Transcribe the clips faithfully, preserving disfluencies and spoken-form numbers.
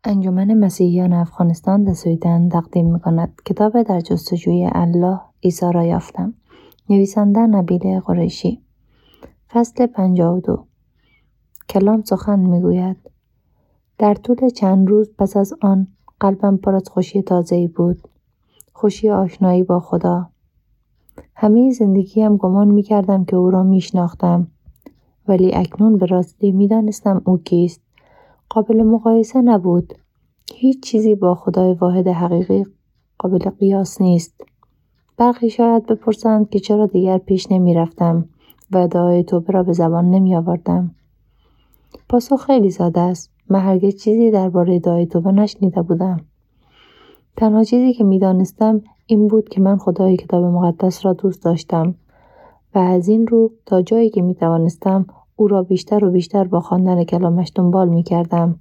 انجمن مسیحیان افغانستان دسویدن تقدیم می‌کند کتاب در جستجوی الله عیسی را یافتم. نویسنده نبیل قریشی. فصل پنجاه و دو. کلام سخن میگوید. در طول چند روز پس از آن قلبم پر از خوشی تازه‌ای بود. خوشی آشنایی با خدا. همه زندگیم گمان می‌کردم که او را می‌شناختم، ولی اکنون به راستی می‌دانستم او کیست. قابل مقایسه نبود. هیچ چیزی با خدای واحد حقیقی قابل قیاس نیست. برخی شاید بپرسند که چرا دیگر پیش نمی رفتم و دعای توبه را به زبان نمی آوردم. پاسخ خیلی ساده است. من هرگز چیزی درباره دعای توبه نشنیده بودم. تنها چیزی که می دانستم این بود که من خدای کتاب مقدس را دوست داشتم و از این رو تا جایی که می توانستم او را بیشتر و بیشتر با خواندن کلامش دنبال می کردم.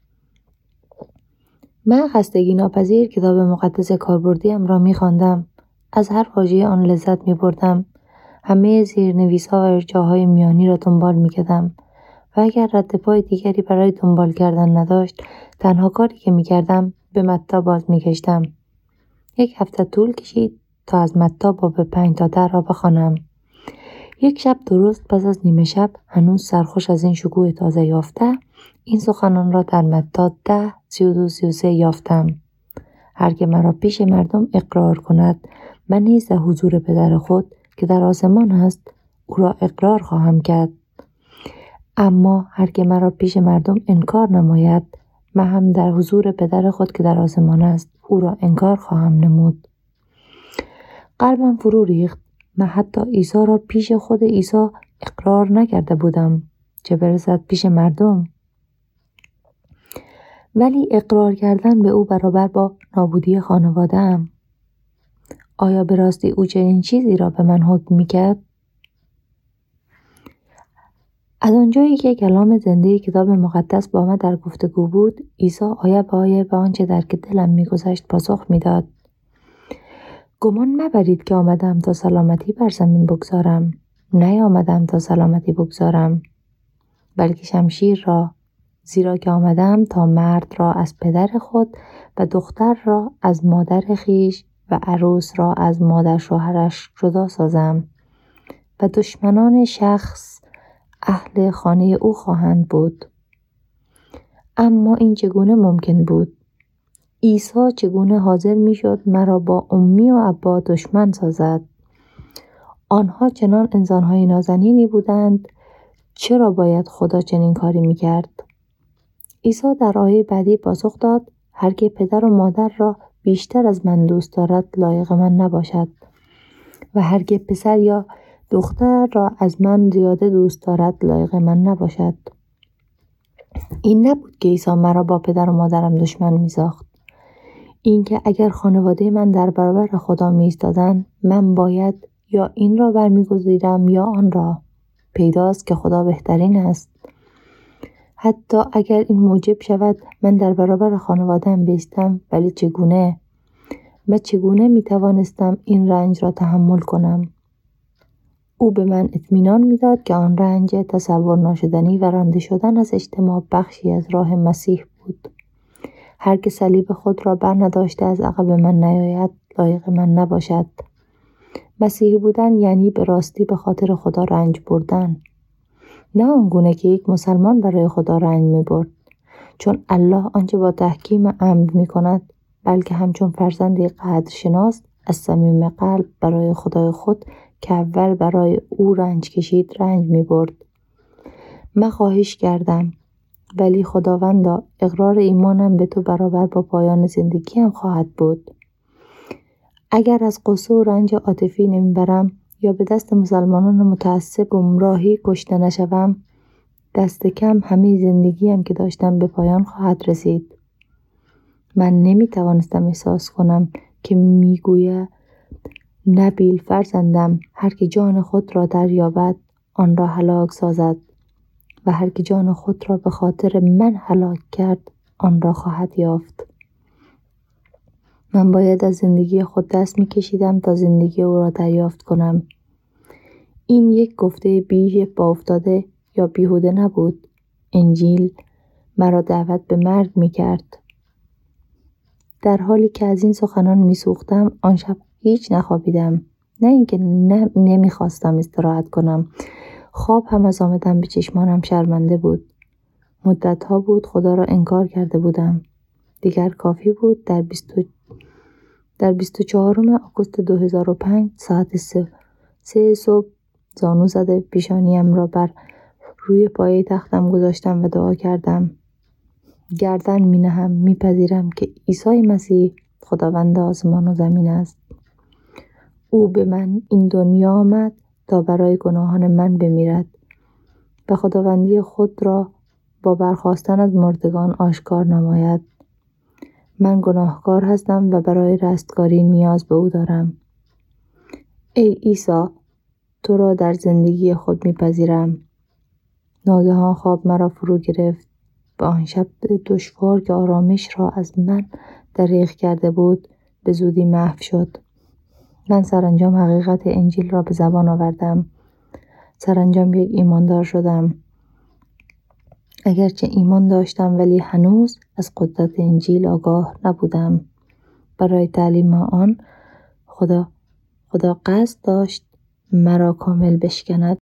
من خستگی ناپذیر کتاب مقدس کاربردیم را می خواندم. از هر واژه آن لذت می بردم. همه زیرنویس‌ها و ارجاهای میانی را دنبال می کردم و اگر رد پای دیگری برای دنبال کردن نداشت، تنها کاری که می کردم به متی باز می کشتم. یک هفته طول کشید تا از متی باب پنج تا ده را بخوانم. یک شب درست پس از نیمه شب، هنوز سرخوش از این شکوه تازه یافته، این سخنان را در متی ده سی و دو سی و سه یافتم. هر که مرا پیش مردم اقرار کند، من نیز در حضور پدر خود که در آسمان است او را اقرار خواهم کرد. اما هر که مرا پیش مردم انکار نماید، من هم در حضور پدر خود که در آسمان است او را انکار خواهم نمود. قلبم فرو ریخت. من حتی عیسی را پیش خود عیسی اقرار نکرده بودم، چه برسد پیش مردم. ولی اقرار کردن به او برابر با نابودی خانواده‌ام. آیا به راستی او چنین چیزی را به من حکم می‌کرد؟ از آنجایی که کلام زنده کتاب مقدس با من در گفتگو بود، عیسی آیه به آیه به آنچه در دلم می‌گذشت پاسخ می‌داد. گمان مبرید که آمدم تا سلامتی بر زمین بگذارم. نیامدم تا سلامتی بگذارم، بلکه شمشیر را، زیرا که آمدم تا مرد را از پدر خود و دختر را از مادر خیش و عروس را از مادر شوهرش جدا سازم و دشمنان شخص اهل خانه او خواهند بود. اما این چگونه ممکن بود؟ عیسی چگونه حاضر می شد مرا با امی و ابا دشمن سازد؟ آنها چنان انسانهای نازنینی بودند، چرا باید خدا چنین کاری می کرد؟ عیسی در آیه بعدی پاسخ داد: هر که پدر و مادر را بیشتر از من دوست دارد لایق من نباشد و هر که پسر یا دختر را از من زیاده دوست دارد لایق من نباشد. این نبود که عیسی مرا با پدر و مادرم دشمن می ساخت. این که اگر خانواده من در برابر خدا می ایستادند، من باید یا این را برمیگزیدم یا آن را. پیداست که خدا بهترین است. حتی اگر این موجب شود من در برابر خانواده‌ام بایستم، ولی چگونه؟ من چگونه می توانستم این رنج را تحمل کنم؟ او به من اطمینان می داد که آن رنج تصور ناشدنی و رانده شدن از اجتماع بخشی از راه مسیح بود. هر که صلیب خود را بر نداشته از عقب من نیاید لایق من نباشد. مسیحی بودن یعنی به راستی به خاطر خدا رنج بردن. نه آنگونه که یک مسلمان برای خدا رنج می برد، چون الله آنچه با تحکیم عمد می کند، بلکه همچون فرزندی قدرشناس از صمیم قلب برای خدای خود که اول برای او رنج کشید رنج می برد. من خواهش کردم، ولی خداوندا اقرار ایمانم به تو برابر با پایان زندگیم خواهد بود. اگر از غصه و رنج عاطفی نمیبرم یا به دست مسلمانان متعصب گمراهی کشته نشوم، دست کم همه زندگیم که داشتم به پایان خواهد رسید. من نمی توانستم احساس کنم که میگوید نبیل فرزندم، هر که جان خود را دریابد آن را هلاک سازد و هر که جان خود را به خاطر من هلاک کرد آن را خواهد یافت. من باید از زندگی خود دست می کشیدم تا زندگی او را دریافت کنم. این یک گفته بی با افتاده یا بیهوده نبود. انجیل مرا دعوت به مرگ می کرد. در حالی که از این سخنان میسوختم آن شب هیچ نخوابیدم. نه اینکه نه نمیخواستم استراحت کنم، خواب هم از آمدن به چشمانم شرمنده بود. مدتها بود خدا را انکار کرده بودم. دیگر کافی بود در بیست در بیست و چهارم آگوست دو هزار و پنج ساعت سه, سه صبح زانو زده پیشانیم را بر روی پایه تختم گذاشتم و دعا کردم. گردن می نهم، می پذیرم که عیسی مسیح خداوند آسمان و زمین است. او به من این دنیا آمد تا برای گناهان من بمیرد و خداوندی خود را با برخاستن از مردگان آشکار نماید. من گناهکار هستم و برای رستگاری نیاز به او دارم. ای عیسی، تو را در زندگی خود میپذیرم. ناگهان خواب مرا فرو گرفت و آن شب دشوار که آرامش را از من دریغ کرده بود به زودی محو شد. من سرانجام حقیقت انجیل را به زبان آوردم. سرانجام یک ایماندار شدم. اگرچه ایمان داشتم ولی هنوز از قدرت انجیل آگاه نبودم. برای تعلیم آن خدا خدا قصد داشت مرا کامل بشکند.